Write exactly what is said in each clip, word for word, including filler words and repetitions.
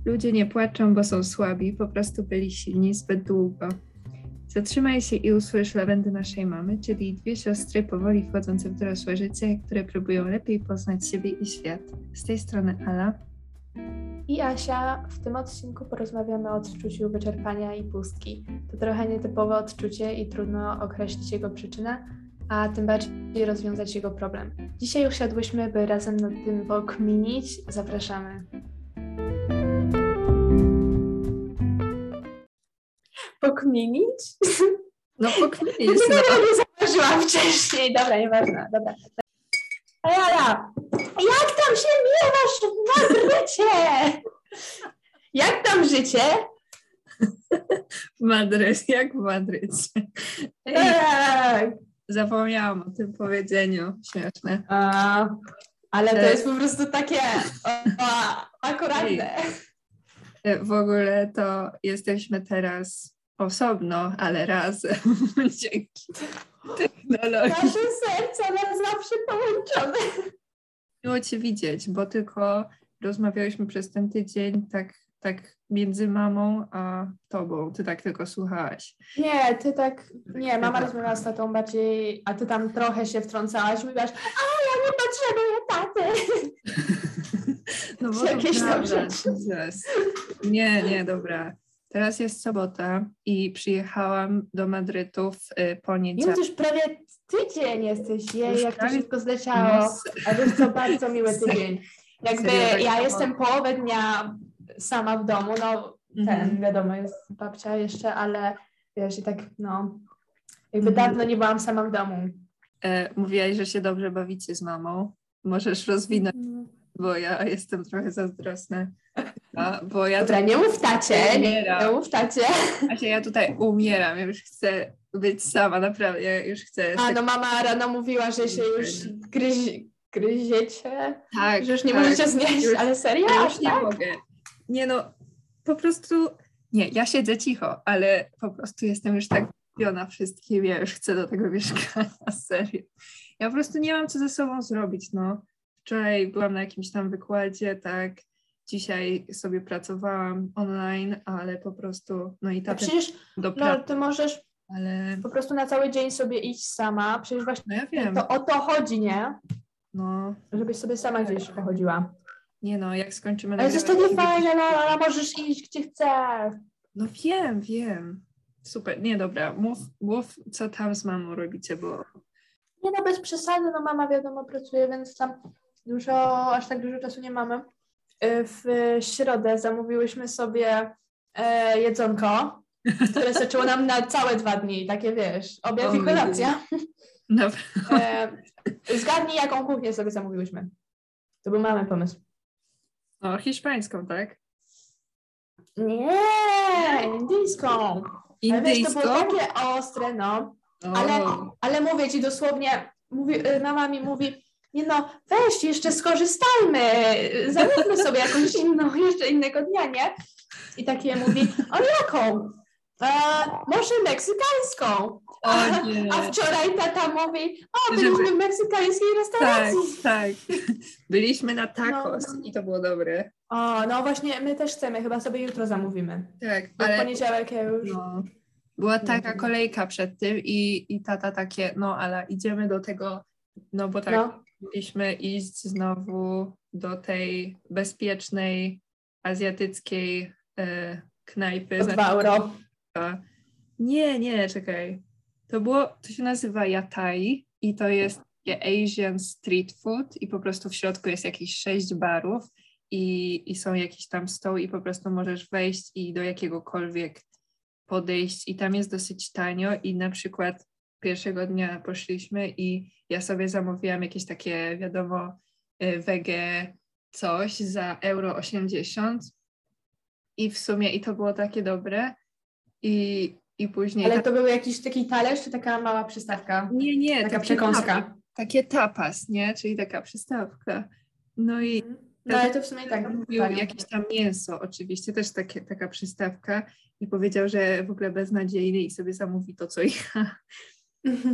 Ludzie nie płaczą, bo są słabi, po prostu byli silni zbyt długo. Zatrzymaj się i usłysz lawendy naszej mamy, czyli dwie siostry powoli wchodzące w dorosłe życie, które próbują lepiej poznać siebie i świat. Z tej strony Ala i Asia. W tym odcinku porozmawiamy o odczuciu wyczerpania i pustki. To trochę nietypowe odczucie i trudno określić jego przyczynę, a tym bardziej rozwiązać jego problem. Dzisiaj usiadłyśmy, by razem nad tym pokminić. Zapraszamy. Pokminić? No pokminić. No. No. Nie zauważyłam wcześniej. Dobra, nieważne. Dobra. Ej, Ala, jak tam się miewasz w Madrycie? Jak tam życie? W Madrycie, jak w Madrycie. Ej, Tak. Zapomniałam o tym powiedzeniu. Śmieszne. A, ale to jest po prostu takie o, o, akuratne. Ej, w ogóle to jesteśmy teraz osobno, ale razem. Dzięki technologii. Nasze serca na zawsze połączone. Miło Cię widzieć, bo tylko rozmawiałyśmy przez ten tydzień tak, tak między mamą a tobą. Ty tak tylko słuchałaś. Nie, ty tak, nie, mama rozmawiała z tatą bardziej, a ty tam trochę się wtrącałaś, mówiłaś, a ja nie potrzebuję taty. No bo Jakieś to tam prawda. rzeczy. Jesus. Nie, nie, dobra. Teraz jest sobota i przyjechałam do Madrytu w y, poniedziałek. Już prawie tydzień jesteś, jej, Już jak to prawie- szybko zleciało. No, A wiesz co, bardzo miły tydzień. Jakby Serio, tak ja samo. jestem połowę dnia sama w domu, no ten, Mhm. wiadomo, jest babcia jeszcze, ale wiesz, i tak, no, jakby Mhm. dawno nie byłam sama w domu. E, mówiłaś, że się dobrze bawicie z mamą. Możesz rozwinąć, bo ja jestem trochę zazdrosna. A, bo ja Dobra, nie mów tacie, nie, Umieram. nie mów tacie. Asia, ja tutaj umieram, ja już chcę być sama, naprawdę, ja już chcę... A no mama rano mówiła, że się już gryzi, gryziecie, tak, że już nie tak, możecie znieść, już- ale serio? Ja Aż już nie tak? mogę. Nie no, po prostu... Nie, ja siedzę cicho, ale po prostu jestem już tak kupiona wszystkim, ja już chcę do tego mieszkania, serio. Ja po prostu nie mam co ze sobą zrobić, no. Wczoraj byłam na jakimś tam wykładzie, tak, dzisiaj sobie pracowałam online, ale po prostu, no i No tak przecież do no, pracy, ty możesz ale po prostu na cały dzień sobie iść sama, przecież właśnie no ja wiem, to o to chodzi, nie? no, Żebyś sobie sama gdzieś pochodziła. nie no, jak skończymy Ale przecież to nagrywać, nie to fajne, no, ale możesz iść gdzie chcesz. no wiem, wiem, super, nie dobra, mów, mów co tam z mamą robicie, bo Nie no, bez przesady, no mama wiadomo pracuje, więc tam dużo, aż tak dużo czasu nie mamy. Y, W środę zamówiłyśmy sobie e, jedzonko, które zaczęło nam na całe dwa dni, takie wiesz, obiad O i mój kolacja. no, E, zgadnij, jaką kuchnię sobie zamówiłyśmy. To był mamy pomysł. no hiszpańską, tak? Nie, indyjską. Ale wiesz, to Indyjską? było takie ostre, no. O, Ale, ale mówię ci dosłownie, mówi, y, mama mi mówi, nie no, weź, jeszcze skorzystajmy, y, zamówmy sobie jakąś inną, jeszcze innego dnia, nie? I takie mówi, o jaką? E, może meksykańską. O nie. A wczoraj tata mówi, o, Żeby- byliśmy w meksykańskiej tak, restauracji. tak. Byliśmy na tacos No. i to było dobre. O, no właśnie, my też chcemy, chyba sobie jutro zamówimy. Tak, Bo w ale poniedziałek ja już... no, była taka wiem. kolejka przed tym i, i tata takie, no ale idziemy do tego, no bo tak, No. mieliśmy iść znowu do tej bezpiecznej azjatyckiej e, knajpy. Po dwa euro. Znaczy, nie, nie, czekaj. To było, to się nazywa Yatai i to jest takie Asian street food i po prostu w środku jest jakieś sześć barów i, i są jakieś tam stoły i po prostu możesz wejść i do jakiegokolwiek podejść i tam jest dosyć tanio i na przykład pierwszego dnia poszliśmy i ja sobie zamówiłam jakieś takie, wiadomo, y, wege coś za euro osiemdziesiąt i w sumie i to było takie dobre i, i później... Ale tak- to był jakiś taki talerz, czy taka mała przystawka? Nie, nie, Taka takie przekąska. tapas, takie tapas, nie? Czyli taka przystawka. No i No ale to w sumie tak. mówił fajnie. jakieś tam mięso, oczywiście też takie, taka przystawka i powiedział, że w ogóle beznadziejny i sobie zamówi to, co ja. Mhm.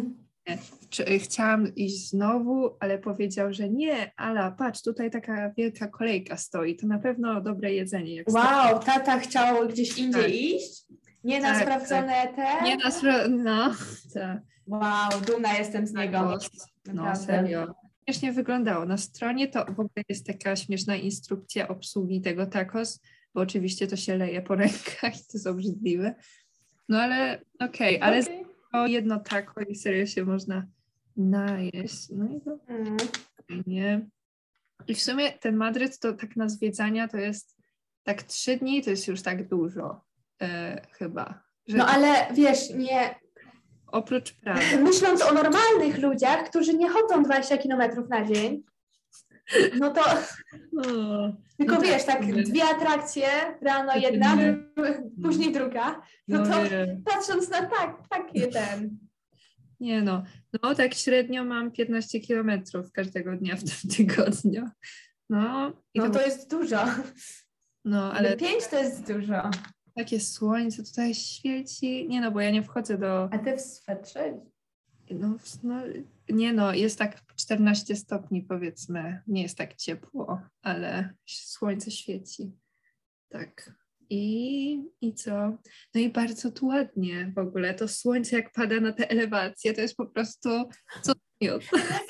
Czy- Chciałam iść znowu, ale powiedział, że nie, Ala, patrz, tutaj taka wielka kolejka stoi, to na pewno dobre jedzenie. Jak stoi. Wow, tata chciał gdzieś indziej Tak. iść? Nie na Tak, sprawdzone te? Nie na spra- no, tak. Wow, dumna jestem z niego. No, Naprawdę. serio. Śmiesznie wyglądało. Na stronie to w ogóle jest taka śmieszna instrukcja obsługi tego tacos, bo oczywiście to się leje po rękach i to jest obrzydliwe. No ale okej, ale Okej. o jedno taco i serio się można najeść. No i to Mm. fajnie. I w sumie ten Madryt to tak na zwiedzania to jest tak trzy dni, to jest już tak dużo e, chyba. Że No ale wiesz, nie, oprócz Prady. myśląc o normalnych ludziach, którzy nie chodzą dwadzieścia kilometrów na dzień, no to O, tylko no wiesz, tak tak, dwie atrakcje, rano Tak, jedna, nie. dru- później druga, no no to nie. patrząc na tak, taki ten, Nie no, no tak średnio mam piętnaście kilometrów każdego dnia w tym tygodniu. No, i no to, to jest dużo, no ale ale pięć to jest dużo. takie słońce tutaj świeci. Nie no, bo ja nie wchodzę do, A ty w swetrze? no, w- no nie no, jest tak czternaście stopni powiedzmy, nie jest tak ciepło, ale słońce świeci. Tak. I, I co? No i bardzo tu ładnie w ogóle. To słońce jak pada na te elewacje, to jest po prostu cudownie.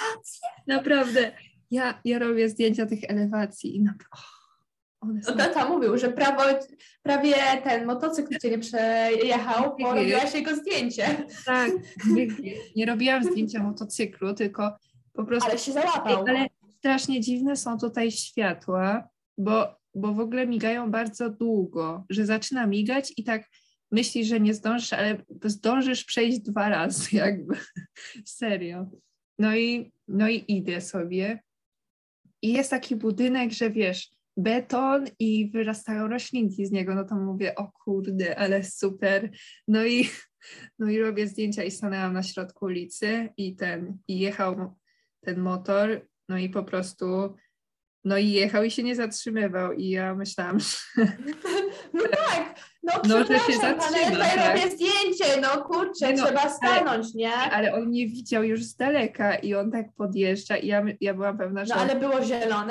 Naprawdę. Ja, ja robię zdjęcia tych elewacji i naprawdę, one są... No tata mówił, że prawo, prawie ten motocykl cię nie przejechał, bo robiłaś jego zdjęcie, Tak, nie, nie robiłam zdjęcia motocyklu, tylko po prostu... ale się załapał. Ale strasznie dziwne są tutaj światła, bo, bo w ogóle migają bardzo długo, że zaczyna migać i tak myślisz, że nie zdążysz, ale zdążysz przejść dwa razy jakby. Serio. No i, no i idę sobie i jest taki budynek, że wiesz, beton i wyrastają roślinki z niego, no to mówię, o kurde, ale super. No i, no i robię zdjęcia i stanęłam na środku ulicy i ten, i jechał ten motor, no i po prostu, no i jechał i się nie zatrzymywał i ja myślałam, że... No tak, no No, że się przepraszam, ale zatrzyma, tutaj tak. robię zdjęcie, no kurczę, Nie no, trzeba ale- stanąć, nie? Ale on mnie widział już z daleka i on tak podjeżdża i ja, my- ja byłam pewna, że No on... ale było zielone?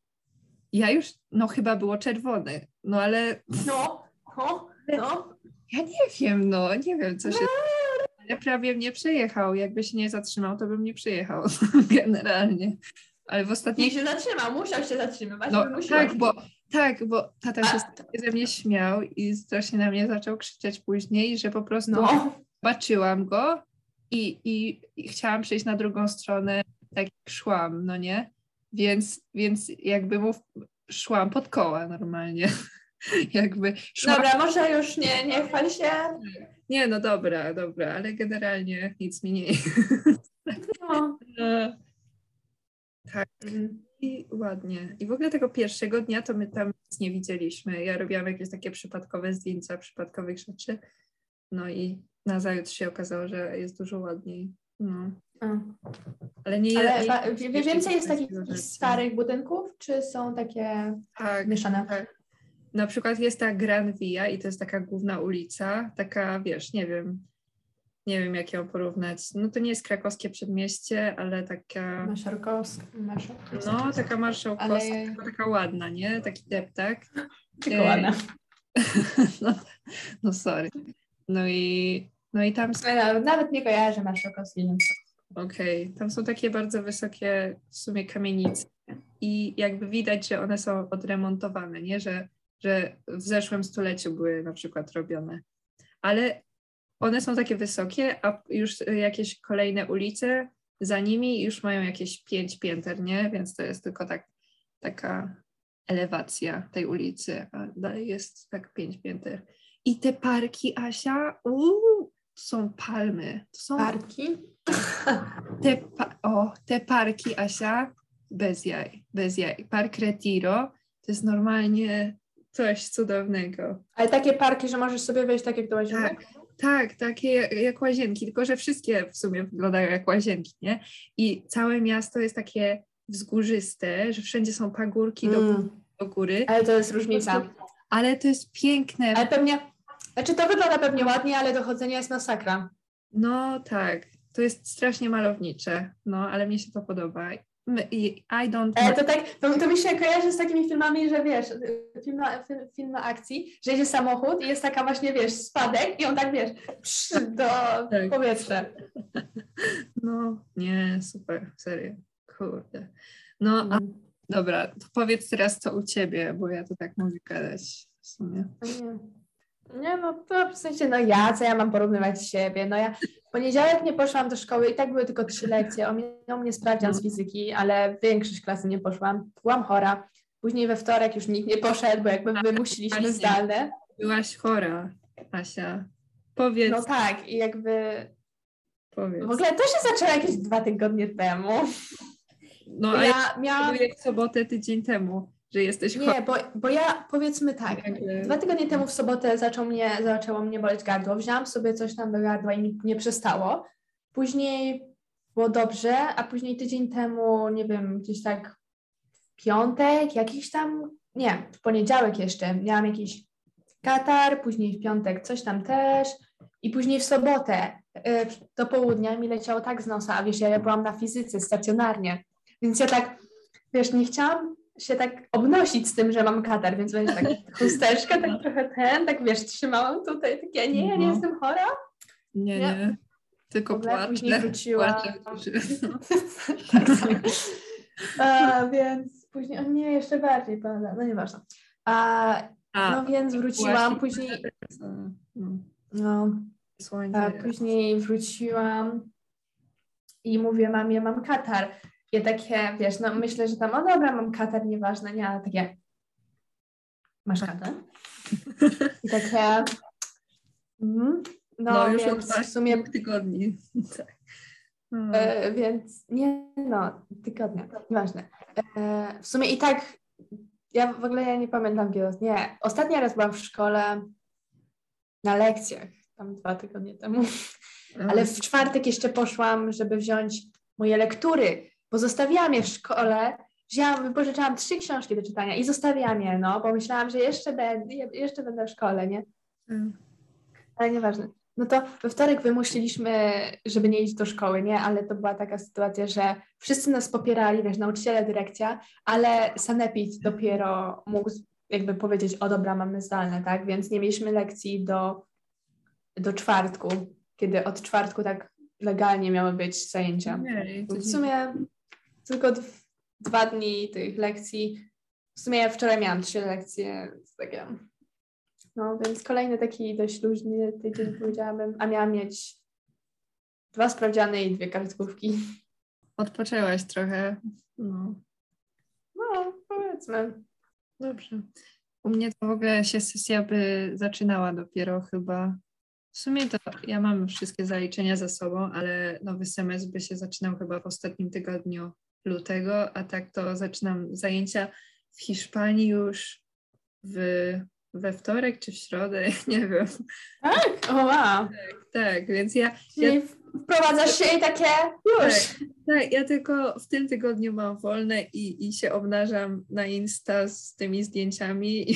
Ja już, no chyba było czerwone, no ale No, no, no. ja nie wiem, no nie wiem co się... Ale prawie mnie przejechał, jakby się nie zatrzymał, to bym nie przejechał generalnie. Ale w Nie ostatniej... się zatrzymał, musiał się zatrzymywać, No wymusiłam. tak, bo, tak, bo tata się A- strasznie ze mnie śmiał i strasznie na mnie zaczął krzyczeć później, że po prostu No, zobaczyłam go i, i, i chciałam przejść na drugą stronę, tak jak szłam, no nie? Więc, więc jakby mu szłam pod koła normalnie. jakby szłam... dobra, może już nie, nie chwal się. Nie, no dobra, dobra, ale generalnie nic mi nie... No. No, tak. Mm. I ładnie. I w ogóle tego pierwszego dnia to my tam nic nie widzieliśmy. Ja robiłam jakieś takie przypadkowe zdjęcia przypadkowych rzeczy. No i nazajutrz się okazało, że jest dużo ładniej. No. Mm. Ale nie Ale nie- ba- nie- wie- nie- więcej jest nie- takich nie- starych budynków, czy są takie Tak, mieszane? tak. Na przykład jest ta Gran Via i to jest taka główna ulica, taka wiesz, nie wiem, nie wiem jak ją porównać. No to nie jest krakowskie przedmieście, ale taka, Maszarkowska. Maszarkowska. no taka marszałkowska, Ale- tylko taka ładna, nie? Taki deptak. Tylko ładna. No, no sorry. No i, no i tam, No, nawet nie kojarzę Maszarkowskiej. okej, tam są takie bardzo wysokie w sumie kamienice i jakby widać, że one są odremontowane, nie? Że, że w zeszłym stuleciu były na przykład robione. Ale one są takie wysokie, a już jakieś kolejne ulice za nimi już mają jakieś pięć pięter, nie? Więc to jest tylko tak, taka elewacja tej ulicy, a dalej jest tak pięć pięter. I te parki, Asia, uuu, to są palmy. To są Parki? te, pa- o, te parki, Asia, bez jaj, bez jaj. Park Retiro to jest normalnie coś cudownego. Ale takie parki, że możesz sobie wejść tak jak do łazienek? Tak, tak, takie jak, jak łazienki, tylko że wszystkie w sumie wyglądają jak łazienki, nie? I całe miasto jest takie wzgórzyste, że wszędzie są pagórki do, Mm. do góry, Ale to jest różnica. ale to jest piękne. Ale pewnie, znaczy to wygląda pewnie ładnie, ale dochodzenie jest masakra. No tak, to jest strasznie malownicze, no, ale mi się to podoba. My, I don't... E, to tak, to, to mi się kojarzy z takimi filmami, że wiesz, film na, film, film na akcji, że jedzie samochód i jest taka właśnie, wiesz, spadek i on tak, wiesz, psz, do tak. powietrza. No, nie, super, serio, kurde. No, a, dobra, to powiedz teraz, co u ciebie, bo ja to tak mogę gadać w sumie. Nie. Nie, no to w sensie, no ja, co ja mam porównywać siebie, no ja w poniedziałek nie poszłam do szkoły i tak były tylko trzy lekcje, ominął mnie sprawdzian z fizyki, ale większość klasy nie poszłam, byłam chora, później we wtorek już nikt nie poszedł, bo jakby wymusiliśmy Właśnie. zdalne. Byłaś chora, Asia, powiedz. No tak i jakby Powiedz. w ogóle to się zaczęło jakieś dwa tygodnie temu. No a ja, ja miałam w sobotę tydzień temu, że jesteś chora. Nie, bo, bo ja powiedzmy tak, Jakby... dwa tygodnie temu w sobotę zaczął mnie, zaczęło mnie boleć gardło, wzięłam sobie coś tam do gardła i mi nie przestało. Później było dobrze, a później tydzień temu, nie wiem, gdzieś tak w piątek, jakiś tam, nie, w poniedziałek jeszcze miałam jakiś katar, później w piątek coś tam też i później w sobotę y, do południa mi leciało tak z nosa, a wiesz, ja, ja byłam na fizyce stacjonarnie, więc ja tak, wiesz, nie chciałam się tak obnosić z tym, że mam katar, więc będzie tak chusteczkę, tak trochę ten, tak wiesz, trzymałam tutaj, takie nie, ja nie no. jestem chora. Nie, nie, nie. Tylko płaczę. Później wróciłam. Płaczę. tak sobie. A, więc później, o nie, jeszcze bardziej, prawda, no nieważne. A, A, no więc wróciłam, później, no, a później wróciłam i mówię mamie, mam katar. I takie, wiesz, no myślę, że tam, o dobra, mam katar, nieważne, nie, ale takie, masz katar? I takie, mm, no, no już więc od w sumie tygodni. hmm. e, więc nie, no, tygodnia, nieważne. E, w sumie i tak, ja w ogóle ja nie pamiętam kiedy, nie, ostatni raz byłam w szkole na lekcjach, tam dwa tygodnie temu, ale w czwartek jeszcze poszłam, żeby wziąć moje lektury, bo zostawiłam je w szkole, wzięłam, wypożyczałam trzy książki do czytania i zostawiłam je, no, bo myślałam, że jeszcze będę, jeszcze będę w szkole, nie? Mm. Ale nieważne. No to we wtorek wymusiliśmy, żeby nie iść do szkoły, nie? Ale to była taka sytuacja, że wszyscy nas popierali, wiesz, nauczyciele, dyrekcja, ale sanepid dopiero mógł jakby powiedzieć, o dobra, mamy zdalne, tak? Więc nie mieliśmy lekcji do, do czwartku, kiedy od czwartku tak legalnie miały być zajęcia. Nie, w sumie tylko d- dwa dni tych lekcji. W sumie ja wczoraj miałam trzy lekcje. Takie. No więc kolejny taki dość luźny tydzień powiedziałabym, a miałam mieć dwa sprawdziany i dwie kartkówki. Odpoczęłaś trochę. No, no powiedzmy. Dobrze. U mnie to w ogóle się sesja by zaczynała dopiero chyba. W sumie to ja mam wszystkie zaliczenia za sobą, ale nowy semestr by się zaczynał chyba w ostatnim tygodniu lutego, a tak to zaczynam zajęcia w Hiszpanii już w, we wtorek czy w środę, nie wiem. Tak? O wow. Tak, tak, więc ja... Czyli ja wprowadzasz się i takie już. Tak, tak, ja tylko w tym tygodniu mam wolne i, i się obnażam na Insta z tymi zdjęciami i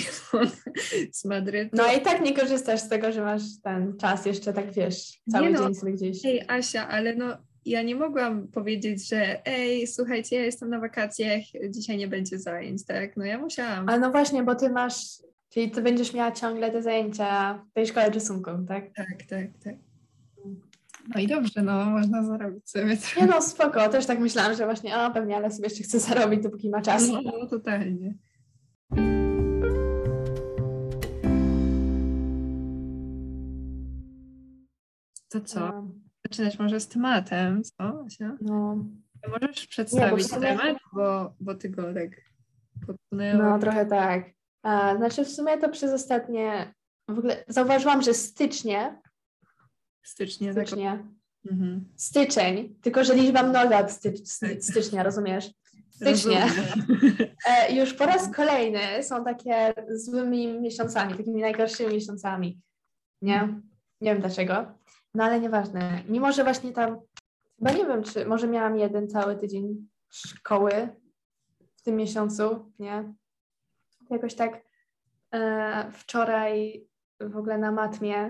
z Madrytu. No i tak nie korzystasz z tego, że masz ten czas jeszcze tak, wiesz, cały nie dzień no, sobie gdzieś. Ej, Asia, ale no ja nie mogłam powiedzieć, że ej, słuchajcie, ja jestem na wakacjach, dzisiaj nie będzie zajęć, tak? No ja musiałam. A no właśnie, bo ty masz, czyli ty będziesz miała ciągle te zajęcia w tej szkole rysunku, tak? Tak, tak, tak. No i dobrze, no można zarobić sobie trochę. Nie no, spoko, też tak myślałam, że właśnie, o pewnie, ale sobie jeszcze chcę zarobić, dopóki ma czas. No, no totalnie. To co? No. Zaczynać może z tematem, co, Asia? No. Możesz przedstawić Nie, bo sumie... temat, bo, bo ty go tak podsunęłaś. No, trochę tak. A, znaczy w sumie to przez ostatnie, w ogóle zauważyłam, że stycznie, Stycznie, stycznia, tak. Mhm. styczeń, tylko że liczba mnoga od stycz, stycznia, rozumiesz? Stycznie. E, już po raz kolejny są takie złymi miesiącami, takimi najgorszymi miesiącami. Nie? Nie wiem dlaczego. No ale nieważne. Mimo, że właśnie tam, chyba nie wiem, czy może miałam jeden cały tydzień szkoły w tym miesiącu, nie? Jakoś tak e, wczoraj w ogóle na matmie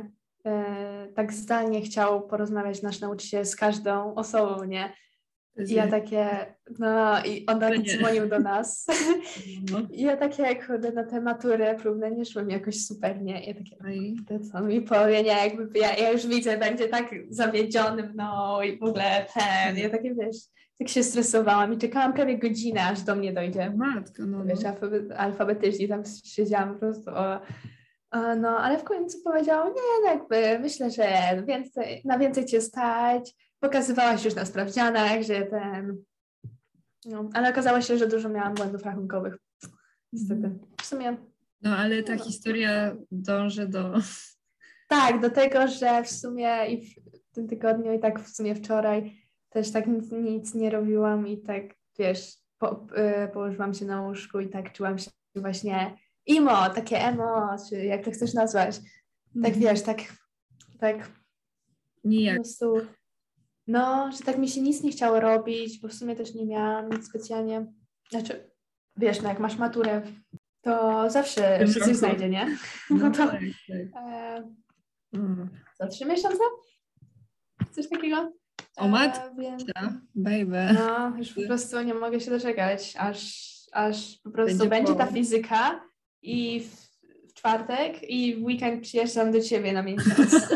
e, tak zdalnie chciał porozmawiać nasz nauczyciel z każdą osobą, nie? I ja takie, no i on nawet dzwonił do nas. No. I ja takie, jak chodzę na tę maturę próbne, nie szłem jakoś super, nie? I ja takie, to co on mi powie, nie? Jakby ja, ja już widzę, będzie tak zawiedziony mną i w ogóle ten, ja takie, wiesz, tak się stresowałam i czekałam prawie godzinę, aż do mnie dojdzie. Matko, no, no. Wiesz, alfabe- alfabetycznie tam siedziałam po prostu, o, o, no, ale w końcu powiedział, nie, no jakby myślę, że więcej, na więcej cię stać, pokazywałaś już na sprawdzianach, że ten, no, ale okazało się, że dużo miałam błędów rachunkowych, niestety, w sumie. No, ale ta historia dąży do... Tak, do tego, że w sumie i w tym tygodniu i tak w sumie wczoraj też tak nic, nic nie robiłam i tak, wiesz, po, y, położyłam się na łóżku i tak czułam się właśnie emo, takie emo, czy jak to chcesz nazwać. Tak Mhm. wiesz, tak, tak po Nijak. prostu, no, że tak mi się nic nie chciało robić, bo w sumie też nie miałam nic specjalnie. Znaczy, wiesz, no jak masz maturę, to zawsze Tym się coś roku. znajdzie, nie? No, No to tak, tak. e, Mm. za trzy miesiące? Coś takiego? O matko, E, więc, baby. no, już po prostu nie mogę się doczekać, aż, aż po prostu Będzie będzie, ta po. fizyka i w, w czwartek i w weekend przyjeżdżam do ciebie na miesiąc.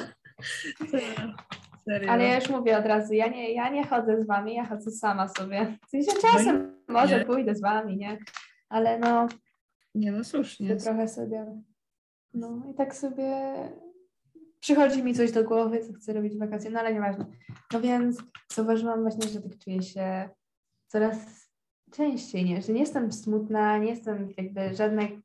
Serio? Ale ja już mówię od razu, ja nie, ja nie chodzę z wami, ja chodzę sama sobie. W sensie czasem może nie. pójdę z wami, nie? Ale no, Nie, no słusznie. to trochę sobie, no i tak sobie przychodzi mi coś do głowy, co chcę robić w wakacje, no ale nieważne. No więc zauważyłam właśnie, że tak czuję się coraz częściej, nie? Że nie jestem smutna, nie jestem jakby żadnej,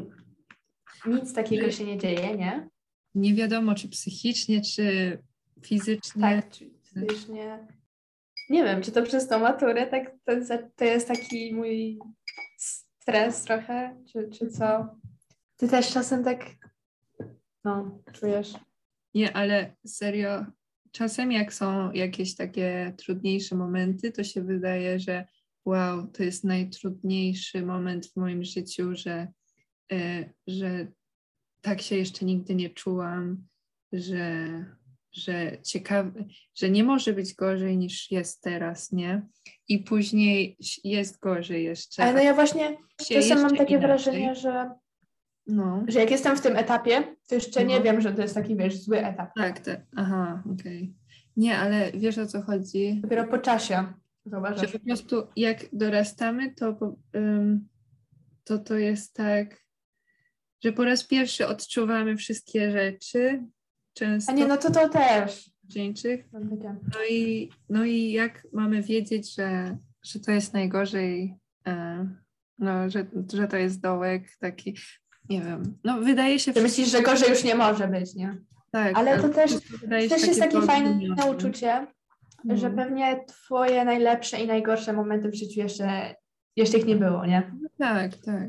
nic takiego się nie dzieje, nie? Nie wiadomo, czy psychicznie, czy fizycznie. Tak, czy psychicznie. Nie wiem, czy to przez tą maturę, tak to, to jest taki mój stres trochę, czy, czy co? Ty też czasem tak, no, czujesz? Nie, ale serio, czasem jak są jakieś takie trudniejsze momenty, to się wydaje, że wow, to jest najtrudniejszy moment w moim życiu, że, e, że tak się jeszcze nigdy nie czułam, że, że ciekawe, że nie może być gorzej niż jest teraz, nie? I później jest gorzej jeszcze. Ale no ja właśnie się czasem mam jeszcze takie inaczej. wrażenie, że, No, że jak jestem w tym etapie, to jeszcze nie No. wiem, że to jest taki, wiesz, zły etap. tak, tak. Aha, okej. Nie, ale wiesz, o co chodzi? Dopiero po czasie Że zauważasz. po prostu jak dorastamy, to, po- ym, to to jest tak, że po raz pierwszy odczuwamy wszystkie rzeczy, często A nie, no to to też. wdzięcznych. Mam takie. No i, no i jak mamy wiedzieć, że, że to jest najgorzej, e, no, że, że to jest dołek taki, nie wiem, no wydaje się... Ty myślisz, że gorzej już nie może być, nie? tak, Ale to też, wydaje też się jest takie fajne wyolbrzymione. uczucie, No. że pewnie twoje najlepsze i najgorsze momenty w życiu jeszcze, jeszcze ich nie było, nie? Tak, tak.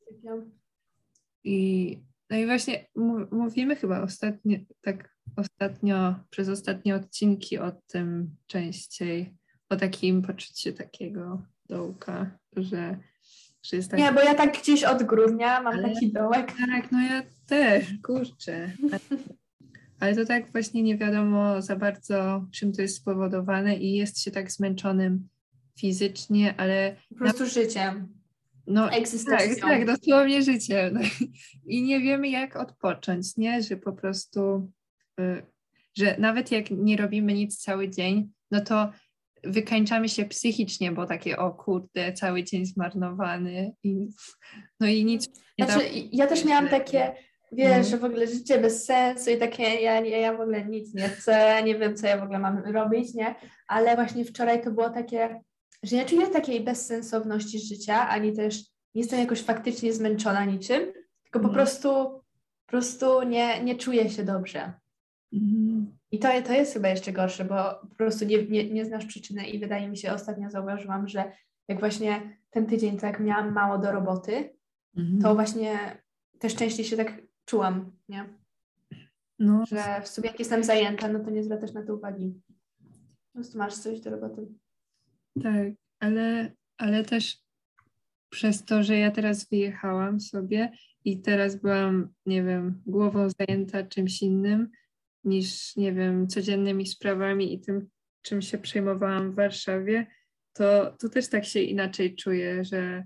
I, no i właśnie m- mówimy chyba ostatnio, tak ostatnio, przez ostatnie odcinki o tym częściej, o takim poczuciu takiego dołka, że, że jest tak... Nie, bo ja tak gdzieś od grudnia mam Ale- taki dołek. Tak, no ja też, kurczę. Ale to tak właśnie nie wiadomo za bardzo, czym to jest spowodowane i jest się tak zmęczonym fizycznie, ale Po prostu życiem, no tak, egzystencją. tak, dosłownie życie. No, i nie wiemy, jak odpocząć, nie? Że po prostu, y, że nawet jak nie robimy nic cały dzień, no to wykańczamy się psychicznie, bo takie, o kurde, cały dzień zmarnowany i no i nic nie da. Znaczy, ja też miałam takie, wiesz, No. że w ogóle życie bez sensu i takie, ja, ja, ja w ogóle nic nie chcę, nie wiem, co ja w ogóle mam robić, nie? Ale właśnie wczoraj to było takie, że nie czuję takiej bezsensowności życia, ani też nie jestem jakoś faktycznie zmęczona niczym, tylko po Mhm. prostu, po prostu nie, nie czuję się dobrze. Mhm. I to, to jest chyba jeszcze gorsze, bo po prostu nie, nie, nie znasz przyczyny i wydaje mi się, ostatnio zauważyłam, że jak właśnie ten tydzień tak miałam mało do roboty, Mhm. to właśnie też częściej się tak czułam, nie? No, Że w sumie jak jestem zajęta, no to nie zwracasz na to uwagi. Po prostu masz coś do roboty. tak, ale, ale też przez to, że ja teraz wyjechałam sobie i teraz byłam, nie wiem, głową zajęta czymś innym, niż, nie wiem, codziennymi sprawami i tym, czym się przejmowałam w Warszawie, to, to też tak się inaczej czuję, że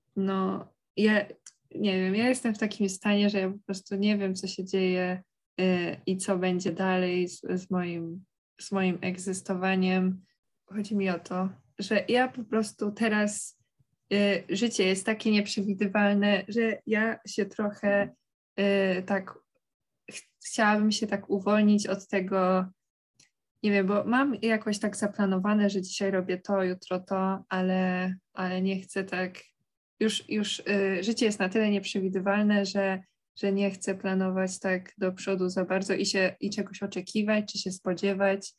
no ja nie wiem, ja jestem w takim stanie, że ja po prostu nie wiem, co się dzieje y, i co będzie dalej z, z moim, z moim egzystowaniem. Chodzi mi o to, że ja po prostu teraz y, życie jest takie nieprzewidywalne, że ja się trochę y, tak ch- chciałabym się tak uwolnić od tego, nie wiem, bo mam jakoś tak zaplanowane, że dzisiaj robię to, jutro to, ale, ale nie chcę tak. Już, już y, życie jest na tyle nieprzewidywalne, że, że nie chcę planować tak do przodu za bardzo i, się, i czegoś oczekiwać, czy się spodziewać.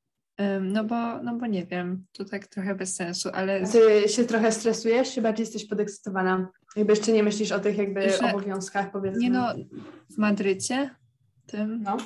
Ym, no, bo, no bo nie wiem, to tak trochę bez sensu, ale A ty się trochę stresujesz, czy bardziej jesteś podekscytowana? Jakby jeszcze nie myślisz o tych jakby że, obowiązkach, powiedzmy. nie no, w Madrycie tym. No.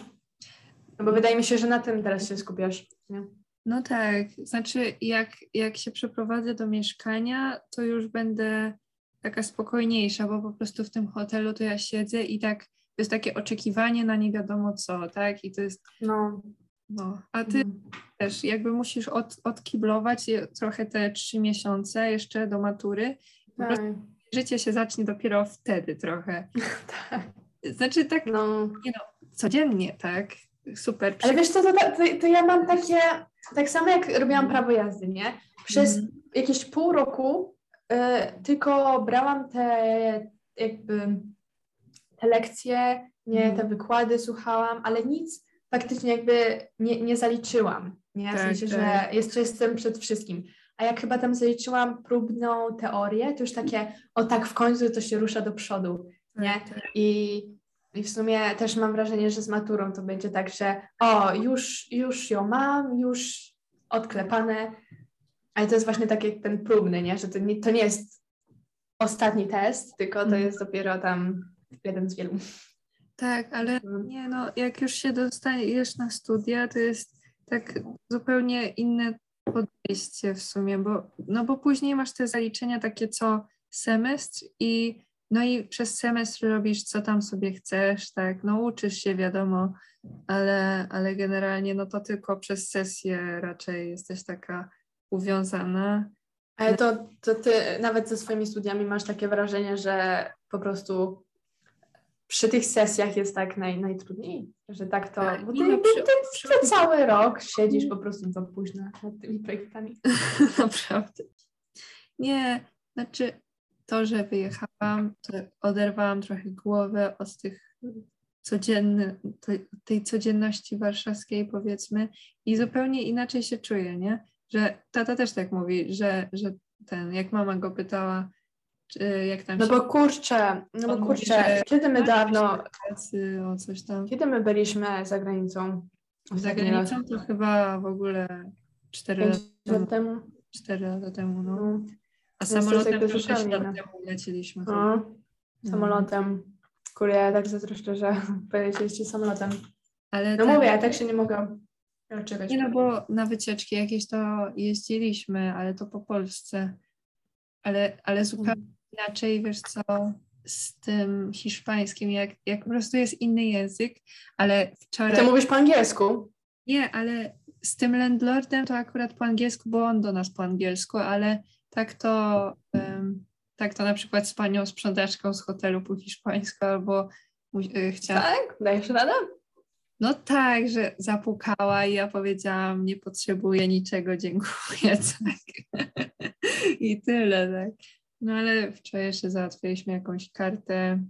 No bo wydaje mi się, że na tym teraz się skupiasz. Nie? No tak, znaczy jak, jak się przeprowadzę do mieszkania, to już będę taka spokojniejsza, bo po prostu w tym hotelu to ja siedzę i tak to jest takie oczekiwanie na nie wiadomo co, tak? I to jest, No. no, a ty Mhm. też jakby musisz od, odkiblować je trochę te trzy miesiące jeszcze do matury. Po Tak. prostu życie się zacznie dopiero wtedy trochę. Tak. Znaczy tak, No. nie no, codziennie, tak? Super. Ale wiesz co, to, to, to ja mam takie, tak samo jak robiłam prawo jazdy, nie? Przez Mhm. jakieś pół roku y, tylko brałam te jakby te lekcje, nie, te Mhm. wykłady słuchałam, ale nic faktycznie jakby nie, nie zaliczyłam, nie? W Tak, sensie, tak. że jeszcze jestem przed wszystkim. A jak chyba tam zaliczyłam próbną teorię, to już takie, o tak, w końcu to się rusza do przodu, nie? Tak, tak. I, I w sumie też mam wrażenie, że z maturą to będzie tak, że o, już, już ją mam, już odklepane, ale to jest właśnie tak jak ten próbny, nie? Że to nie, to nie jest ostatni test, tylko to Mhm. jest dopiero tam jeden z wielu. Tak, ale nie no, jak już się dostajesz na studia, to jest tak zupełnie inne podejście w sumie, bo, no bo później masz te zaliczenia takie co semestr i no i przez semestr robisz co tam sobie chcesz, tak, no uczysz się wiadomo, ale, ale generalnie no to tylko przez sesję raczej jesteś taka uwiązana. Ale to, to ty nawet ze swoimi studiami masz takie wrażenie, że po prostu przy tych sesjach jest tak naj, najtrudniej, że tak to, bo ty, Nie no, ty, przy- ty, przy- ty cały rok siedzisz po prostu do późna nad tymi projektami. Naprawdę. Nie, znaczy to, że wyjechałam, to oderwałam trochę głowę od tych codziennych, tej codzienności warszawskiej powiedzmy i zupełnie inaczej się czuję, nie? Że tata też tak mówi, że, że ten, jak mama go pytała, czy jak tam No się... bo kurczę, no bo on mówi, kurczę, że kiedy my dawno, pracy, o coś tam. kiedy my byliśmy za granicą? Za Ostatni granicą raz? to chyba w ogóle cztery Pięć lata temu. lat temu? cztery lata temu, no. No. A Więc to jest samolotem jakby to sześć zupełnie lat inne. temu leciliśmy. No, No. samolotem. Kurde, ja tak zazdroszczę, że pojedziecie samolotem. Ale No ten, mówię, ja tak się nie mogę czegoś. nie no, bo na wycieczki jakieś to jeździliśmy, ale to po Polsce. Ale, ale zupełnie inaczej, wiesz co, z tym hiszpańskim, jak, jak po prostu jest inny język, ale wczoraj... Ty mówisz po angielsku? Nie, ale z tym landlordem to akurat po angielsku, bo on do nas po angielsku, ale tak to, um, tak to na przykład z panią sprzątaczką z hotelu po hiszpańsku, albo y, chciałam... Tak? Dajesz radę? No tak, że zapukała i ja powiedziałam, nie potrzebuję niczego, dziękuję, tak. I tyle, tak. No ale wczoraj jeszcze załatwiliśmy jakąś kartę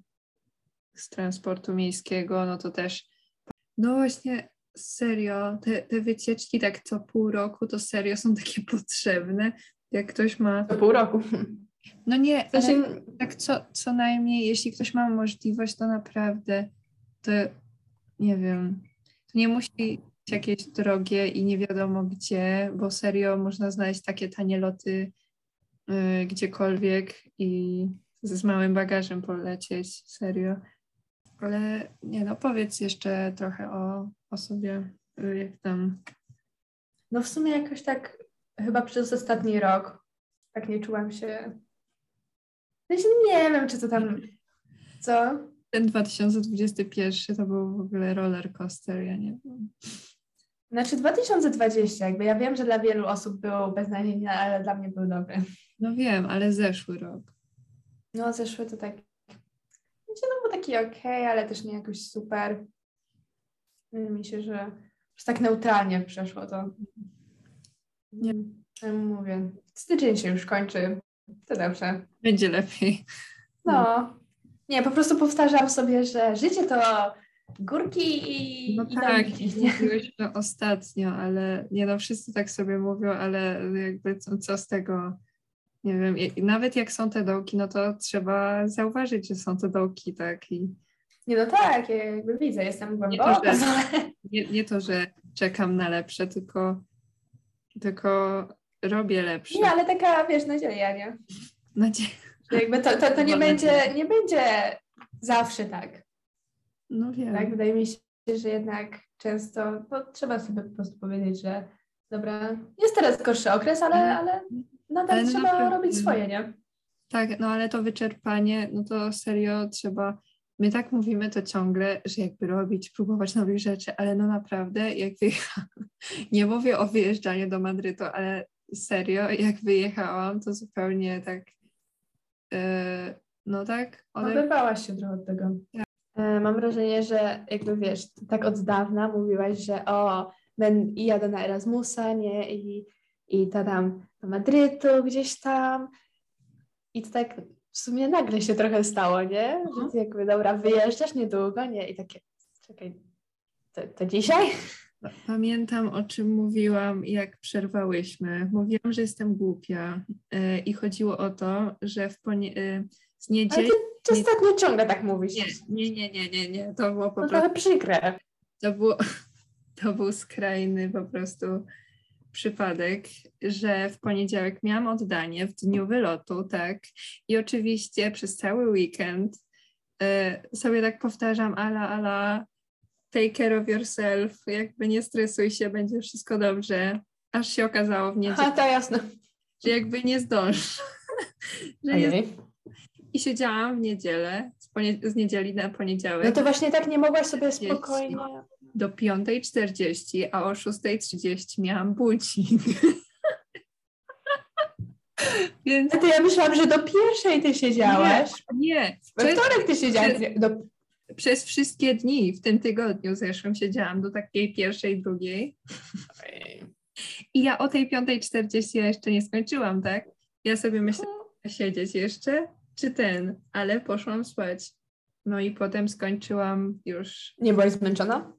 z transportu miejskiego, no to też, no właśnie, serio, te, te wycieczki tak co pół roku, to serio są takie potrzebne, jak ktoś ma... Co pół roku. No nie, W sensie, ale tak co, co najmniej, jeśli ktoś ma możliwość, to naprawdę, to nie wiem, to nie musi być jakieś drogie i nie wiadomo gdzie, bo serio można znaleźć takie tanie loty y, gdziekolwiek i z, z małym bagażem polecieć, serio. Ale nie no, powiedz jeszcze trochę o, o sobie, y, jak tam. no w sumie jakoś tak chyba przez ostatni rok tak nie czułam się. W sensie nie wiem, czy to tam. Co? Ten dwa tysiące dwudziesty pierwszy to był w ogóle roller coaster, ja nie wiem. Znaczy dwa tysiące dwudziesty, jakby ja wiem, że dla wielu osób był beznadziejny, ale dla mnie był dobry. No wiem, ale zeszły rok. No zeszły to tak, znaczy no był taki okej, ale też nie jakoś super. Wydaje mi się, że że tak neutralnie przeszło to. Nie. Ja mówię, styczeń się już kończy, to dobrze. Będzie lepiej. No, nie, po prostu powtarzam sobie, że życie to górki i, No i tak, dolinki, nie? mówiłeś to ostatnio, ale nie no, wszyscy tak sobie mówią, ale jakby co, co z tego, nie wiem, i, nawet jak są te dołki, no to trzeba zauważyć, że są te dołki, tak, i Nie, no tak, ja jakby widzę, jestem nie to, głęboko, że, ale... nie, nie to, że czekam na lepsze, tylko, tylko robię lepsze. Nie, ale taka, wiesz, nadzieja, nie? Nadzieję. Że jakby to, to, to nie, Mam będzie, nadzieję. nie będzie zawsze tak. No wiem. Tak, wydaje mi się, że jednak często no, trzeba sobie po prostu powiedzieć, że dobra, jest teraz gorszy okres, ale, Ale- ale nadal ale no trzeba naprawdę- robić swoje, nie? Tak, no ale to wyczerpanie, no to serio trzeba, my tak mówimy to ciągle, że jakby robić, próbować nowych rzeczy, ale no naprawdę, jak wyjechałam, nie mówię o wyjeżdżaniu do Madrytu, ale serio, jak wyjechałam, to zupełnie tak, yy, no tak, ode... Oderwałaś się trochę od tego. E, Mam wrażenie, że jakby wiesz, tak od dawna mówiłaś, że o, ben, i jadę na Erasmusa, nie, i, i to tam do Madrytu gdzieś tam. I to tak w sumie nagle się trochę stało, nie? Mhm. Że ty jakby, dobra, wyjeżdżasz niedługo, nie? I takie, czekaj, to, to dzisiaj? Pamiętam, o czym mówiłam, jak przerwałyśmy. Mówiłam, że jestem głupia yy, i chodziło o to, że w ponie- yy, z Ale niedzieli... ty, ty ostatnio ciągle tak mówisz. Nie, nie, nie, nie, nie, nie, to było po No prostu... trochę przykre. To, było, to był skrajny po prostu przypadek, że w poniedziałek miałam oddanie w dniu wylotu, tak? I oczywiście przez cały weekend y, sobie tak powtarzam, ala, ala, take care of yourself, jakby nie stresuj się, będzie wszystko dobrze. Aż się okazało w A niedzielę, to jasne. że jakby nie zdążę. że jest... Ojej. I siedziałam w niedzielę, z, ponie- z niedzieli na poniedziałek. No to właśnie tak nie mogłaś sobie spokojnie... Do piątej czterdzieści, a o szóstej trzydzieści miałam budzik. Więc A to ja myślałam, że do pierwszej ty siedziałaś. nie, We przez, wtorek ty siedziałaś. Do... przez wszystkie dni w tym tygodniu zeszłym siedziałam do takiej pierwszej, drugiej. I ja o tej piątej czterdzieści ja jeszcze nie skończyłam, tak? Ja sobie myślę, siedzieć jeszcze, czy ten, ale poszłam spać. No i potem skończyłam już, Nie byłaś zmęczona?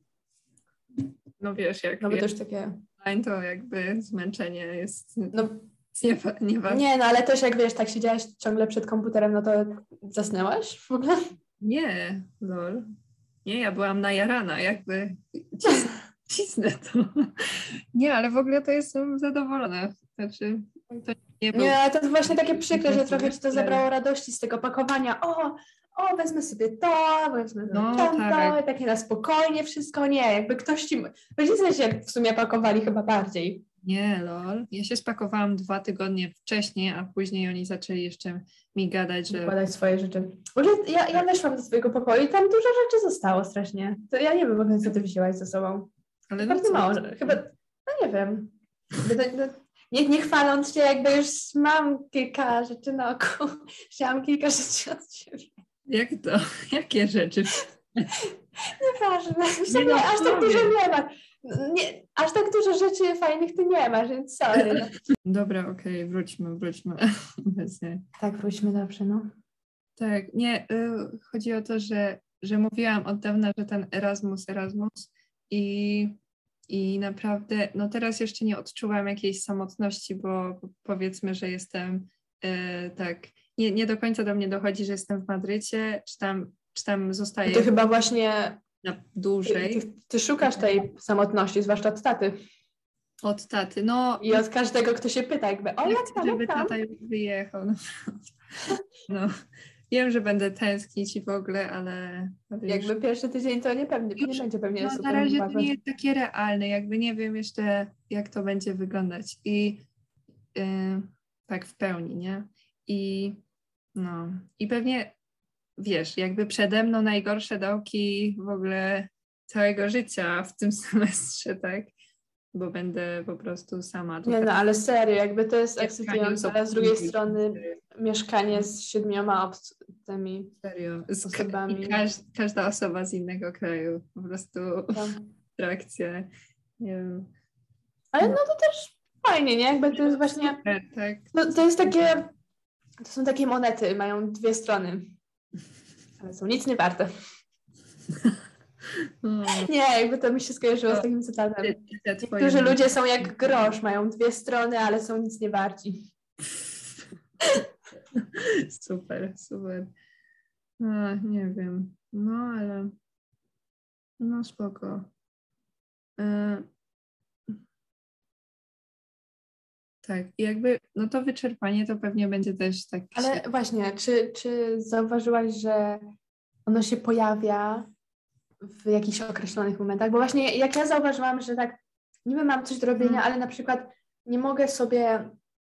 no wiesz, jak No bo to jest już takie... online, to jakby zmęczenie jest No, nie, nieważne. nie, no ale też jak wiesz, tak siedziałaś ciągle przed komputerem, no to zasnęłaś w ogóle? Nie, lol. Nie, ja byłam najarana, jakby cis, cisnę to. Nie, ale w ogóle to jestem zadowolona. Znaczy, to nie był... Nie, ale to jest właśnie takie przykre, że trochę ci to zabrało radości z tego pakowania. O, o, wezmę sobie to, wezmę sobie No, tamto, tak. i takie na spokojnie wszystko. Nie, jakby ktoś ci... Rodzice się w sumie pakowali chyba bardziej. Nie, lol. Ja się spakowałam dwa tygodnie wcześniej, a później oni zaczęli jeszcze mi gadać, że... Układać swoje rzeczy. W ogóle ja, ja weszłam do swojego pokoju i tam dużo rzeczy zostało strasznie. To ja nie wiem w ogóle, co ty wzięłaś ze sobą. Ale Bardzo co? mało. Chyba, no nie wiem. Jakby to- to- Nie, nie chwaląc się, jakby już mam kilka rzeczy na oku. Wzięłam kilka rzeczy od ciebie. Jak to? Jakie rzeczy? Nieważne. W Nie sumie no, aż tak powiem. dużo nie ma. Nie, aż tak dużo rzeczy fajnych ty nie masz, więc sorry. No. Dobra, okej, wróćmy, wróćmy. Obecnie. Tak, wróćmy dobrze, no. Tak, nie, y, chodzi o to, że, że mówiłam od dawna, że ten Erasmus, Erasmus i, i naprawdę, no teraz jeszcze nie odczuwam jakiejś samotności, bo powiedzmy, że jestem y, tak, nie, nie do końca do mnie dochodzi, że jestem w Madrycie, czy tam, czy tam zostaję To chyba właśnie na dłużej ty, ty szukasz tej samotności, zwłaszcza od taty. od taty. No, I od każdego, kto się pyta, jakby, o ja jak chcę, tam, żeby jak tam? tata już wyjechał. No, no, wiem, że będę tęsknić i w ogóle, ale, ale już... Jakby pierwszy tydzień to nie, pewnie, nie Już- będzie pewnie No, super. na razie to ważne. nie jest takie realne, jakby nie wiem jeszcze, jak to będzie wyglądać. I yy, tak w pełni, nie? I no, i pewnie wiesz, jakby przede mną najgorsze dołki w ogóle całego życia w tym semestrze, tak? Bo będę po prostu sama tutaj. Nie no, ale serio, jakby to jest Mieszkanie ekscytujące, z ale z drugiej obcymi strony ludźmi. mieszkanie z siedmioma obc- tymi Serio. Z ka- osobami. I każ- każda osoba z innego kraju. Po prostu Tam. atrakcja. Nie wiem. Ale no to też fajnie, nie? Jakby to jest właśnie, Super, tak. to, to jest takie, to są takie monety, mają dwie strony, ale są nic nie warte. No, Nie, jakby to mi się skojarzyło z takim cytatem. te- te twoje Niektórzy ludzie są myśli. jak grosz, mają dwie strony, ale są nic nie warci. Super, super. No, nie wiem. No, ale no spoko. E, tak, i jakby, no to wyczerpanie to pewnie będzie też tak Ale się- właśnie, czy, czy zauważyłaś, że ono się pojawia w jakichś określonych momentach? Bo właśnie jak ja zauważyłam, że tak niby mam coś do robienia, Mhm. ale na przykład nie mogę sobie,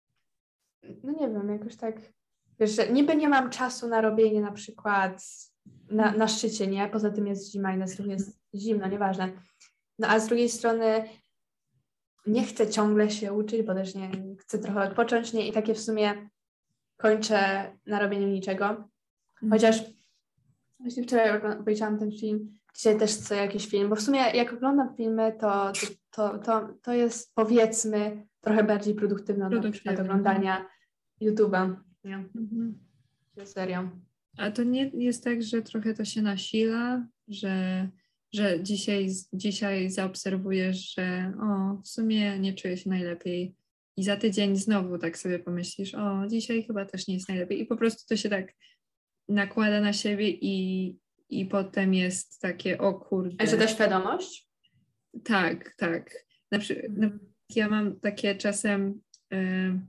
no nie wiem, jakoś tak, wiesz, że niby nie mam czasu na robienie na przykład na, na szczycie, nie? Poza tym jest zima i na drugiej jest zimno, nieważne. No a z drugiej strony nie chcę ciągle się uczyć, bo też nie chcę trochę odpocząć, nie? I takie w sumie kończę na robieniu niczego. Chociaż właśnie wczoraj ogl- obejrzałam ten film, dzisiaj też chcę jakiś film, bo w sumie jak oglądam filmy, to, to, to, to jest powiedzmy trochę bardziej produktywne od na przykład Produktywne. oglądania YouTube'a. Nie? Mhm. Serio. A to nie jest tak, że trochę to się nasila, że, że dzisiaj, dzisiaj zaobserwujesz, że o, w sumie nie czuję się najlepiej i za tydzień znowu tak sobie pomyślisz, o, dzisiaj chyba też nie jest najlepiej i po prostu to się tak nakłada na siebie i, i potem jest takie, o kurde. A że ta świadomość? Tak, tak. Na przykład Mhm. ja mam takie czasem, y,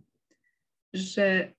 że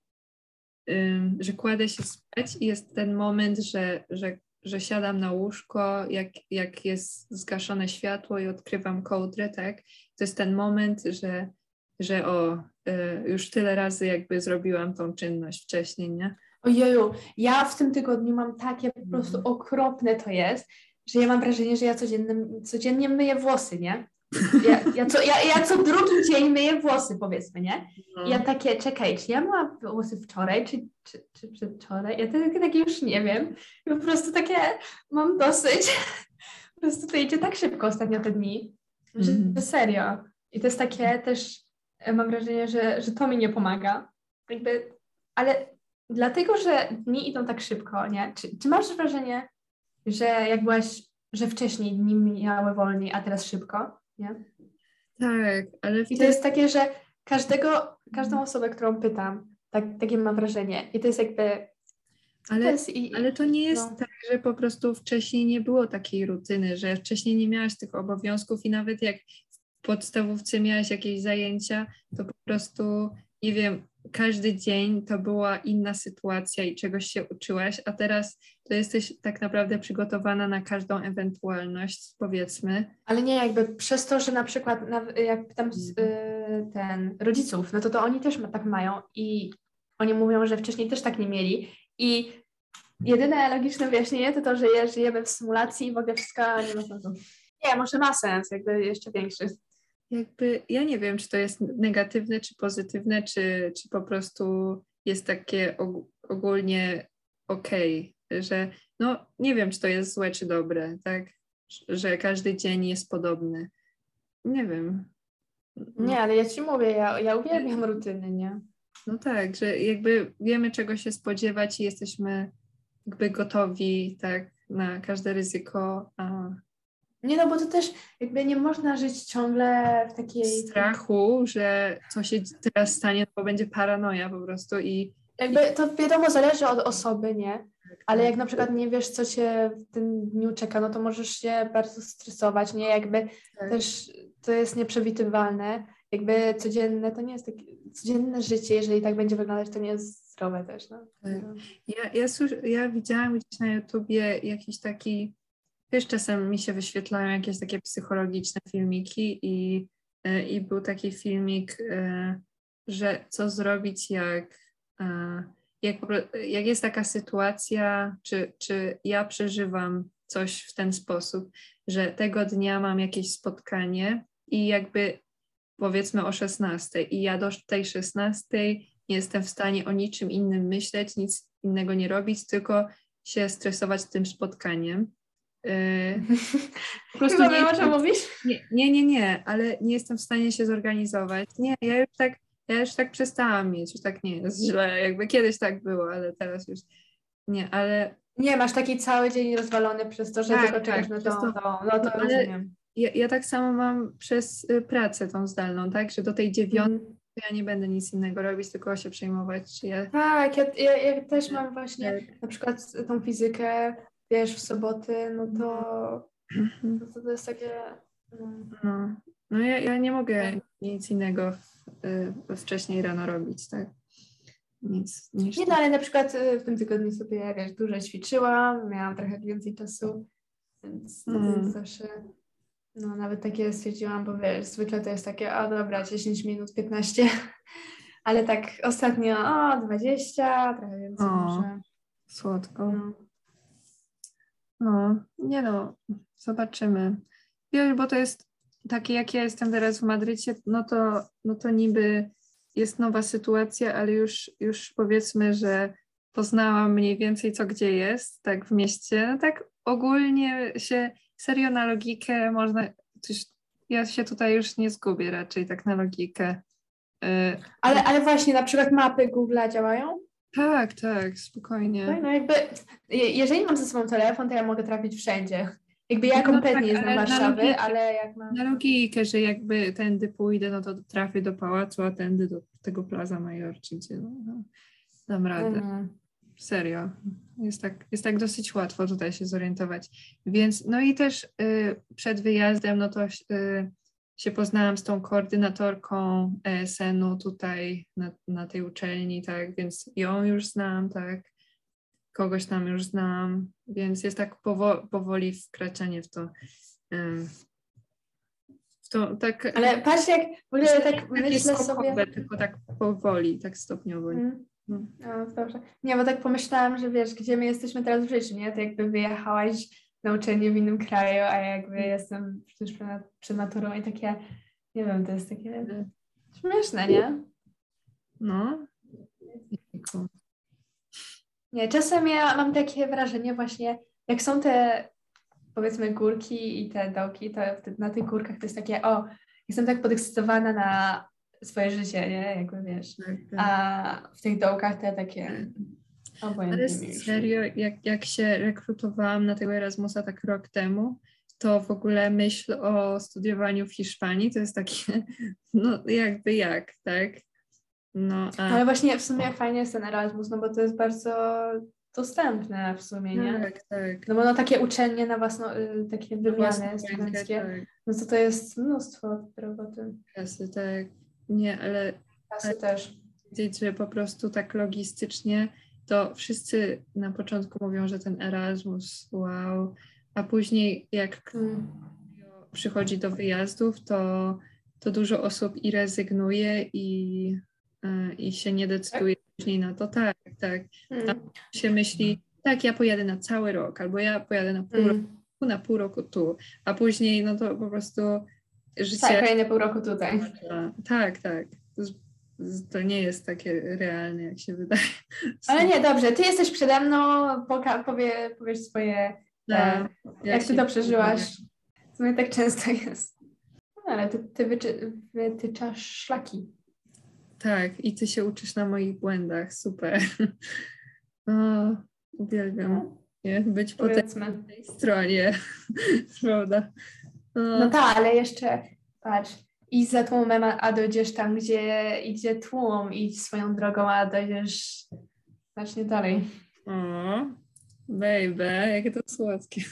Ym, że kładę się spać i jest ten moment, że, że, że siadam na łóżko, jak, jak jest zgaszone światło i odkrywam kołdrę, tak? To jest ten moment, że, że o, y, już tyle razy jakby zrobiłam tą czynność wcześniej, nie? Ojeju, ja w tym tygodniu mam takie po prostu okropne to jest, że ja mam wrażenie, że ja codziennie, codziennie myję włosy, nie? Ja, ja, co, ja, ja co drugi dzień myję włosy, powiedzmy, nie? No. I ja takie, czekaj, czy ja myłam włosy wczoraj, czy, czy, czy przedwczoraj? Ja takie, takie już nie wiem. I po prostu takie mam dosyć. Po prostu to idzie tak szybko ostatnio te dni, że Mhm. serio. I to jest takie też, e, mam wrażenie, że, że to mi nie pomaga. Jakby, ale dlatego, że dni idą tak szybko, nie? Czy, czy masz wrażenie, że jak byłaś, że wcześniej dni mijały wolniej, a teraz szybko, nie? Tak, ale I wtedy... to jest takie, że każdego, każdą osobę, którą pytam, tak, takie mam wrażenie. I to jest jakby... Ale, to jest i, ale to nie jest no. tak, że po prostu wcześniej nie było takiej rutyny, że wcześniej nie miałaś tych obowiązków i nawet jak w podstawówce miałaś jakieś zajęcia, to po prostu, nie wiem, każdy dzień to była inna sytuacja i czegoś się uczyłaś, a teraz to jesteś tak naprawdę przygotowana na każdą ewentualność, powiedzmy. Ale nie, jakby przez to, że na przykład na, jak pytam z, y, ten rodziców, no to to oni też ma, tak mają i oni mówią, że wcześniej też tak nie mieli i jedyne logiczne wyjaśnienie to to, że je, żyjemy w symulacji i w ogóle wszystko nie ma sensu. Nie, może ma sens, jakby jeszcze większy. Jakby, ja nie wiem, czy to jest negatywne, czy pozytywne, czy, czy po prostu jest takie og- ogólnie okej, że no nie wiem, czy to jest złe, czy dobre, tak? Że każdy dzień jest podobny. Nie wiem. Nie, ale ja ci mówię, ja, ja uwielbiam rutyny, nie? No tak, że jakby wiemy, czego się spodziewać i jesteśmy jakby gotowi, tak, na każde ryzyko, a Nie, no bo to też jakby nie można żyć ciągle w takiej... strachu, że co się teraz stanie, to będzie paranoja po prostu i Jakby to wiadomo, zależy od osoby, nie? Ale jak na przykład nie wiesz, co cię w tym dniu czeka, no to możesz się bardzo stresować, nie? Jakby tak. też to jest nieprzewidywalne. Jakby codzienne, to nie jest takie, codzienne życie, jeżeli tak będzie wyglądać, to nie jest zdrowe też, no. Tak. Ja, ja, słysz- ja widziałam gdzieś na YouTubie jakiś taki, wiesz, czasem mi się wyświetlają jakieś takie psychologiczne filmiki i, e, i był taki filmik, e, że co zrobić, jak, e, jak, po pro- jak jest taka sytuacja, czy, czy ja przeżywam coś w ten sposób, że tego dnia mam jakieś spotkanie i jakby powiedzmy o szesnastej i ja do tej szesnastej nie jestem w stanie o niczym innym myśleć, nic innego nie robić, tylko się stresować tym spotkaniem. Yy, po prostu Chyba nie wiem, o jestem, czym mówisz. nie, nie, nie, nie, ale nie jestem w stanie się zorganizować. Nie, ja już tak, ja już tak przestałam mieć, już tak nie jest źle, jakby kiedyś tak było, ale teraz już nie, ale Nie, masz taki cały dzień rozwalony przez to, że tak, tylko czekasz tak, na przez tą, to, tą, no no, to ale rozumiem. ja, ja tak samo mam przez y, pracę tą zdalną, tak, że do tej dziewiątej Mm. ja nie będę nic innego robić, tylko się przejmować, czy ja... Tak, ja, ja, ja też mam właśnie Tak. na przykład tą fizykę, wiesz, w soboty, no to, Mhm. to, to jest takie... No. No, no ja, ja nie mogę Tak. nic innego y, wcześniej rano robić, tak? Nic niż Nie, to. no ale na przykład y, w tym tygodniu sobie, wiesz, dużo ćwiczyłam, miałam trochę więcej czasu, więc to Mm. jest zawsze, no nawet takie stwierdziłam, bo wiesz, zwykle to jest takie, o dobra, dziesięć minut, piętnaście, ale tak ostatnio, o dwadzieścia, trochę więcej O, może. słodko. No. No, nie no, zobaczymy. Wiesz, bo to jest takie, jak ja jestem teraz w Madrycie, no to, no to niby jest nowa sytuacja, ale już, już powiedzmy, że poznałam mniej więcej co gdzie jest, tak w mieście. No tak ogólnie się, serio na logikę można, coś, ja się tutaj już nie zgubię raczej tak na logikę. Y, Ale, ale właśnie na przykład mapy Google'a działają? tak, tak, spokojnie. No, no jakby, je- jeżeli mam ze sobą telefon, to ja mogę trafić wszędzie. Jakby ja No tak, kompletnie nie znam ale na Warszawy, logikę. ale jak mam... Na logikę, że jakby tędy pójdę, no to trafię do pałacu, a tędy do tego Plaza Major, czy gdzie, no, no, dam radę. Mhm. Serio. Jest tak, jest tak dosyć łatwo tutaj się zorientować. Więc, no i też y, przed wyjazdem, no to y, się poznałam z tą koordynatorką E S N-u tutaj na, na tej uczelni, tak, więc ją już znam, tak, kogoś tam już znam, więc jest tak powo- powoli wkraczanie w to. y, To tak, Ale patrz jak, w ogóle ja tak takie myślę skokowe, sobie... tylko tak powoli, tak stopniowo. Mm. No. No, dobrze. Nie, bo tak pomyślałam, że wiesz, gdzie my jesteśmy teraz w życiu, nie? To jakby wyjechałaś na uczelnię w innym kraju, a jakby jestem przecież przed, przed maturą i takie, nie wiem, to jest takie śmieszne, nie? No. Nie, czasem ja mam takie wrażenie właśnie, jak są te powiedzmy górki i te dołki, to wtedy na tych górkach to jest takie, o, jestem tak podekscytowana na swoje życie, nie? Jakby wiesz. Tak, tak. A w tych dołkach to ja takie obojętnie Ale mi już. serio, jak, jak się rekrutowałam na tego Erasmusa tak rok temu, to w ogóle myśl o studiowaniu w Hiszpanii to jest takie, no jakby jak, tak? No, a Ale właśnie w sumie fajnie jest ten Erasmus, no bo to jest bardzo dostępne w sumie, nie? tak, tak. No bo no takie uczelnie na własną, y, takie Na własną wymiany rękę, studenckie, tak. no to to jest mnóstwo roboty. Klasy, tak. Nie, ale Kasy też. powiedzieć, że po prostu tak logistycznie to wszyscy na początku mówią, że ten Erasmus, wow, a później jak Mm. przychodzi do wyjazdów, to, to dużo osób i rezygnuje i, y, i się nie decyduje później na to. Tak, tak. Mm. A się myśli, tak, ja pojadę na cały rok, albo ja pojadę na pół roku, Mm. na pół roku tu, a później no to po prostu życie... Tak, kolejne pół roku tutaj. Tak, tak. To, jest, to nie jest takie realne, jak się wydaje. Ale nie, dobrze, ty jesteś przede mną, poka- powie, powiesz swoje, No, e, jak ty się to przeżyłaś. W sumie tak często jest. No, ale ty, ty wyczy- wytyczasz szlaki. Tak, i ty się uczysz na moich błędach, super. O, uwielbiam nie? Być po tej, Powiedzmy. tej stronie, prawda? O, No tak, ale jeszcze patrz, idź za tłumem, a a dojdziesz tam, gdzie idzie tłum, idź swoją drogą, a dojdziesz znacznie dalej. o, baby, jakie to słodkie.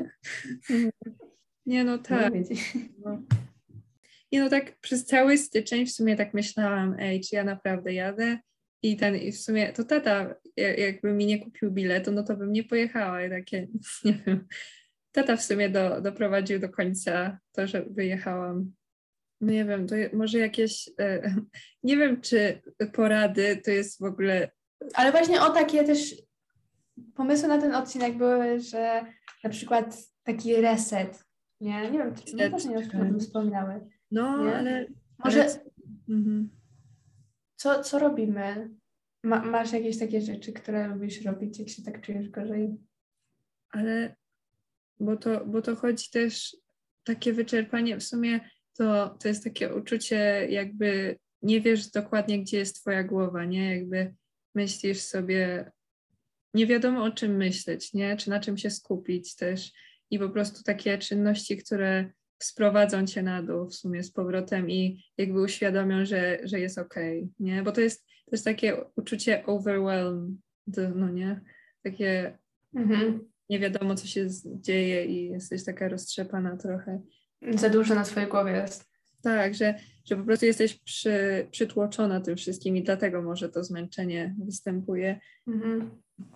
Nie no, tak. No. Nie no, tak przez cały styczeń w sumie tak myślałam, ej, czy ja naprawdę jadę? I ten, i w sumie to tata, ja- jakby mi nie kupił biletu, no to bym nie pojechała. I takie, nie wiem. Tata w sumie do, doprowadził do końca to, że wyjechałam. No nie wiem, to je- może jakieś, e, nie wiem, czy porady to jest w ogóle Ale właśnie o takie też pomysły na ten odcinek były, że na przykład taki reset, nie? Nie wiem, czy, no też nie wiem, czy o tym wspominały. No, nie? ale... Może ale... Mhm. co, co robimy? Ma, masz jakieś takie rzeczy, które lubisz robić, jak się tak czujesz gorzej? Ale bo to, bo to chodzi też takie wyczerpanie, w sumie to, to jest takie uczucie, jakby nie wiesz dokładnie, gdzie jest twoja głowa, nie? Jakby myślisz sobie, nie wiadomo o czym myśleć, nie? Czy na czym się skupić też i po prostu takie czynności, które sprowadzą cię na dół w sumie z powrotem i jakby uświadomią, że, że jest okej, nie? Bo to jest, to jest takie uczucie overwhelmed, no nie? Takie Mhm. nie wiadomo, co się z- dzieje i jesteś taka roztrzepana trochę. Za dużo na twojej głowie jest. Tak, że, że po prostu jesteś przy, przytłoczona tym wszystkim i dlatego może to zmęczenie występuje. Mhm.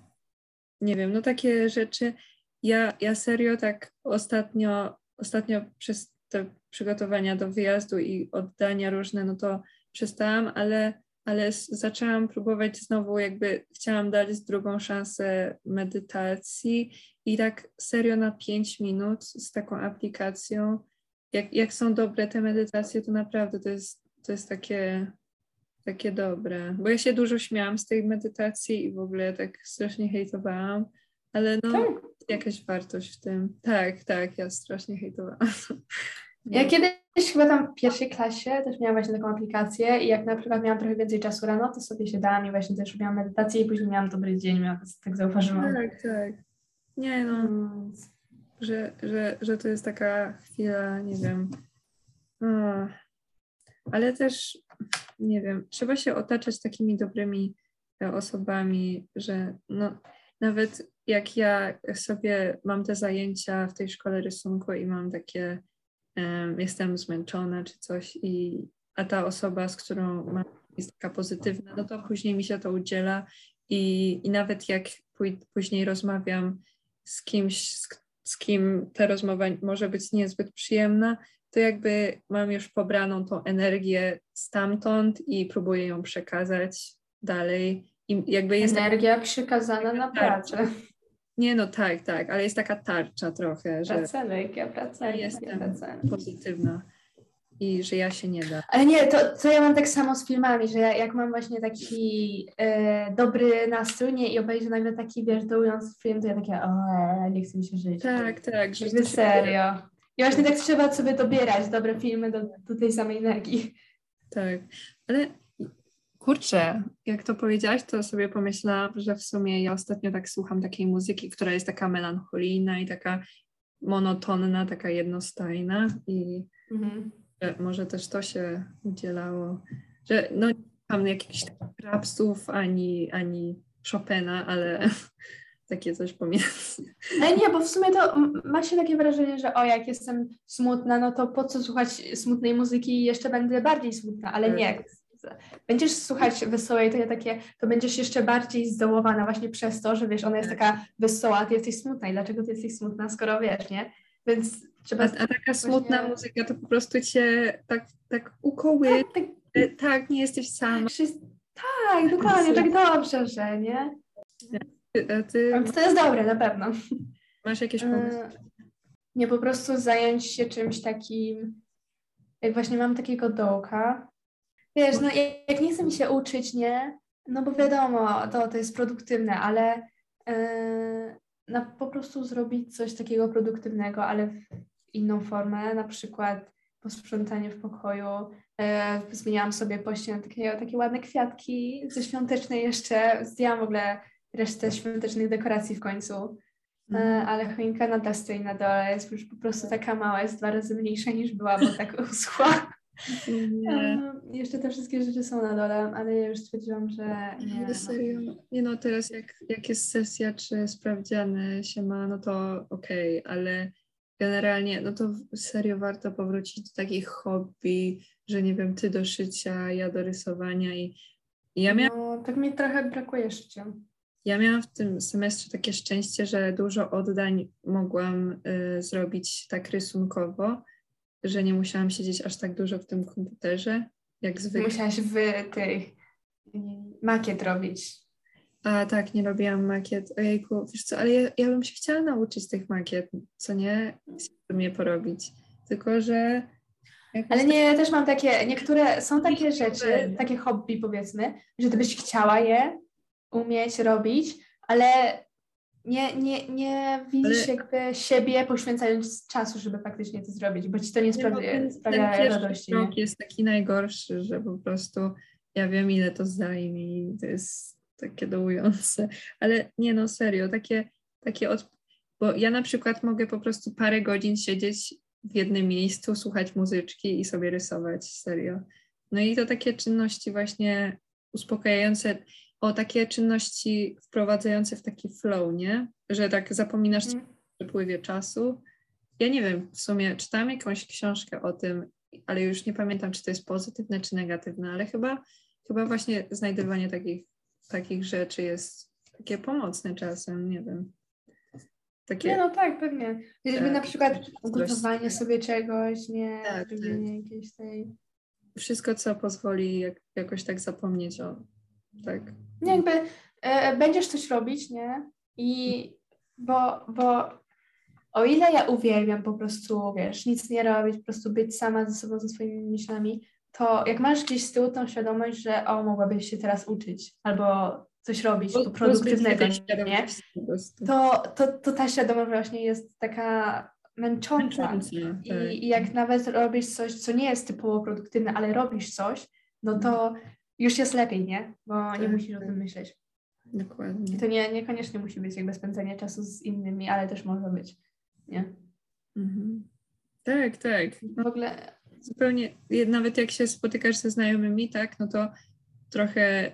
Nie wiem, no takie rzeczy. Ja, ja serio tak ostatnio, ostatnio przez te przygotowania do wyjazdu i oddania różne, no to przestałam, ale, ale s- zaczęłam próbować znowu, jakby chciałam dać drugą szansę medytacji i tak serio na pięć minut z taką aplikacją. Jak, jak są dobre te medytacje, to naprawdę to jest, to jest takie, takie dobre. Bo ja się dużo śmiałam z tej medytacji i w ogóle tak strasznie hejtowałam, ale no Tak. jakaś wartość w tym. Tak, tak, ja strasznie hejtowałam. Ja kiedyś chyba tam w pierwszej klasie też miałam właśnie taką aplikację i jak na przykład miałam trochę więcej czasu rano, to sobie siadałam i właśnie też robiłam medytację i później miałam dobry dzień, miałam, tak zauważyłam. Tak, tak. Nie no, Mm. że, że, że to jest taka chwila, nie wiem. A, ale też, nie wiem, trzeba się otaczać takimi dobrymi e, osobami, że no, nawet jak ja sobie mam te zajęcia w tej szkole rysunku i mam takie, em, jestem zmęczona czy coś, i, a ta osoba, z którą mam, jest taka pozytywna, no to później mi się to udziela i, i nawet jak pój- później rozmawiam z kimś, z, z kim ta rozmowa może być niezbyt przyjemna, to jakby mam już pobraną tą energię stamtąd i próbuję ją przekazać dalej. I jakby jest Energia taka, przykazana na tarcza. pracę. Nie no tak, tak, ale jest taka tarcza trochę, że Praca, energia, praca, ja energia, jestem praca. pozytywna i że ja się nie da. Ale nie, to, to ja mam tak samo z filmami, że ja, jak mam właśnie taki e, dobry nastrój nie, i obejrzę nagle taki, wiesz, dołujący film, to ja takie, o, nie chce mi się żyć. Tak, tak, że Jakby to się serio. I właśnie tak trzeba sobie dobierać dobre filmy do, do tej samej energii. tak, ale kurczę, jak to powiedziałaś, to sobie pomyślałam, że w sumie ja ostatnio tak słucham takiej muzyki, która jest taka melancholijna i taka monotonna, taka jednostajna i Mhm. że może też to się udzielało, że no nie mam jakichś rapsów ani, ani Chopina, ale takie coś pomiędzy. Ale nie, bo w sumie to m- ma się takie wrażenie, że o, jak jestem smutna, no to po co słuchać smutnej muzyki i jeszcze będę bardziej smutna, ale Tak. nie. Będziesz słuchać wesołej, to ja takie, to będziesz jeszcze bardziej zdołowana właśnie przez to, że wiesz, ona jest taka wesoła, a ty jesteś smutna. I dlaczego ty jesteś smutna, skoro wiesz, nie? Więc trzeba... A, a taka smutna właśnie- muzyka to po prostu cię tak, tak ukoły, Tak, tak, że tak, nie jesteś sama. wszyscy- tak, dokładnie, tak dobrze, że nie? A ty Więc to jest dobre, na pewno. masz jakieś pomysły? E, Nie, po prostu zająć się czymś takim, jak właśnie mam takiego dołka. Wiesz, no jak, jak nie chce mi się uczyć, nie? No bo wiadomo, to, to jest produktywne, ale e, no, po prostu zrobić coś takiego produktywnego, ale w inną formę, na przykład posprzątanie w pokoju. E, zmieniałam sobie pościel na takie, takie ładne kwiatki ze świątecznej jeszcze. Zdjęłam w ogóle resztę świątecznych dekoracji w końcu. E, ale choinka nadal stoi na dole, jest już po prostu taka mała, jest dwa razy mniejsza niż była, bo tak uschła. Nie. E, jeszcze te wszystkie rzeczy są na dole, ale ja już stwierdziłam, że nie. Nie, No. serio. Nie no, teraz jak, jak jest sesja czy sprawdziany się ma, no to okej, ale generalnie, no to serio warto powrócić do takich hobby, że nie wiem, ty do szycia, ja do rysowania i, i ja miałam No, tak mi trochę brakuje życia. Ja miałam w tym semestrze takie szczęście, że dużo oddań mogłam y, zrobić tak rysunkowo, że nie musiałam siedzieć aż tak dużo w tym komputerze, jak zwykle. Musiałaś w tej makiet robić. A tak, nie robiłam makiet. Ojejku, wiesz co, ale ja, ja bym się chciała nauczyć tych makiet, co nie? Chciałabym je porobić. Tylko, że jakoś Ale tak nie, ja też mam takie, niektóre są takie nie rzeczy, wiem. takie hobby powiedzmy, że ty byś chciała je umieć robić, ale nie, nie, nie widzisz Ale jakby siebie poświęcając czasu, żeby faktycznie to zrobić, bo ci to nie nie, bo sprawia, ten, ten sprawia pierwszy radości, nie? krok jest taki najgorszy, że po prostu ja wiem, ile to zajmie i to jest takie dołujące. Ale nie no, serio, takie, takie od... Bo ja na przykład mogę po prostu parę godzin siedzieć w jednym miejscu, słuchać muzyczki i sobie rysować, serio. No i to takie czynności właśnie uspokajające, o takie czynności wprowadzające w taki flow, nie? Że tak zapominasz Mhm. o przepływie czasu. Ja nie wiem, w sumie czytałam jakąś książkę o tym, ale już nie pamiętam, czy to jest pozytywne, czy negatywne, ale chyba, chyba właśnie znajdywanie takich, takich rzeczy jest takie pomocne czasem, nie wiem. Takie, Nie, no tak, pewnie. Gdyby na tak, przykład coś- ugotowanie sobie czegoś, nie, Tak, zrobienie jakiejś tej... wszystko, co pozwoli jak, jakoś tak zapomnieć o, tak. Nie, jakby e, będziesz coś robić, nie? I bo, bo o ile ja uwielbiam po prostu, wiesz, nic nie robić, po prostu być sama ze sobą, ze swoimi myślami, to jak masz gdzieś z tyłu tą świadomość, że o, mogłabyś się teraz uczyć albo coś robić Bo- tu produktywnego, rozbycie tej nie? świadomości po prostu. To, to, to ta świadomość właśnie jest taka męcząca. Męcząca, tak. I, I jak nawet robisz coś, co nie jest typowo produktywne, ale robisz coś, no to już jest lepiej, nie? Bo nie Tak, musisz o tak. tym myśleć. Dokładnie. I to nie, niekoniecznie musi być jakby spędzanie czasu z innymi, ale też może być, nie? Mhm. Tak, tak. No, W ogóle, zupełnie, nawet jak się spotykasz ze znajomymi, tak, no to trochę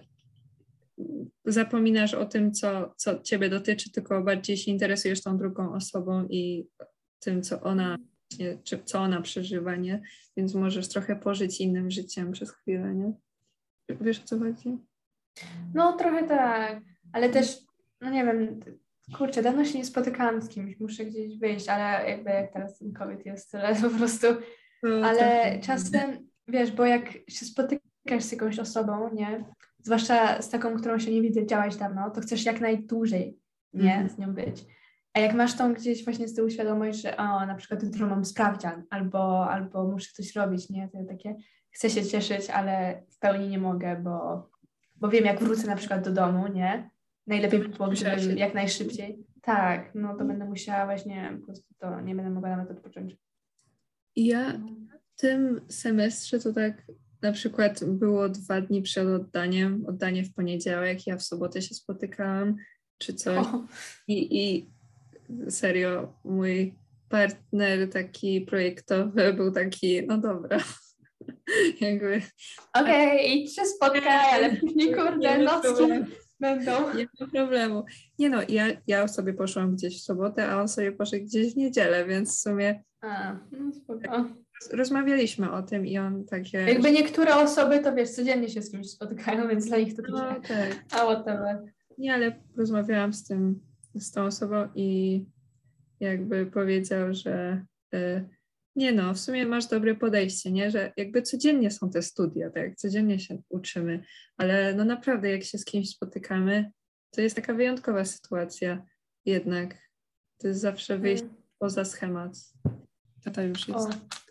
zapominasz o tym, co, co ciebie dotyczy, tylko bardziej się interesujesz tą drugą osobą i tym, co ona, czy co ona przeżywa, nie? Więc możesz trochę pożyć innym życiem przez chwilę, nie? Wiesz, o co chodzi? no trochę tak, ale też, no nie wiem, kurczę, dawno się nie spotykałam z kimś, muszę gdzieś wyjść, ale jakby jak teraz ten COVID jest tyle po prostu, To ale trochę- czasem, wiesz, bo jak się spotykasz z jakąś osobą, nie, zwłaszcza z taką, którą się nie widziałaś dawno, to chcesz jak najdłużej, nie, Mhm. z nią być. A jak masz tą gdzieś właśnie z tyłu świadomość, że o, na przykład jutro mam sprawdzian, albo, albo muszę coś robić, nie, to takie, chcę się cieszyć, ale w pełni nie mogę, bo, bo wiem, jak wrócę na przykład do domu, nie, najlepiej by było, musiała gdybym się- jak najszybciej, tak, no to będę musiała właśnie, po prostu to nie będę mogła nawet odpocząć. I ja w tym semestrze to tak na przykład było dwa dni przed oddaniem, oddanie w poniedziałek, ja w sobotę się spotykałam, czy coś. O, I, I serio, mój partner taki projektowy był taki, no dobra, jakby okej, idź się spotkaj, ale później, kurde, nie ma nocki problemu. będą. Nie ma problemu. Nie no, ja, ja sobie poszłam gdzieś w sobotę, a on sobie poszedł gdzieś w niedzielę, więc w sumie A, no spoko. rozmawialiśmy o tym i on takie... Jakby niektóre osoby, to wiesz, codziennie się z kimś spotykają, więc dla nich to No takie, tak. a whatever. Nie, ale rozmawiałam z tym, z tą osobą i jakby powiedział, że y, nie no, w sumie masz dobre podejście, nie? Że jakby codziennie są te studia, tak? Codziennie się uczymy, ale no naprawdę jak się z kimś spotykamy, to jest taka wyjątkowa sytuacja jednak. To jest zawsze wyjść Mm. poza schemat. Tata już jest. O,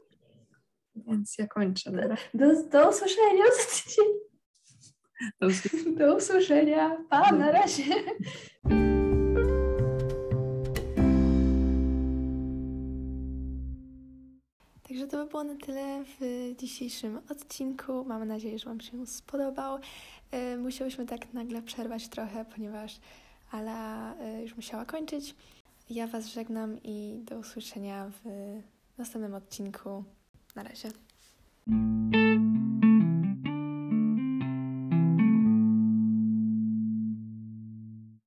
Więc ja kończę. Dobra? do, do usłyszenia za tydzień. Do usłyszenia. Do usłyszenia. Pa, na razie. Także to by było na tyle w dzisiejszym odcinku. Mam nadzieję, że Wam się spodobał. Yy, Musiałyśmy tak nagle przerwać trochę, ponieważ Ala yy, już musiała kończyć. Ja Was żegnam i do usłyszenia w następnym odcinku. Na razie.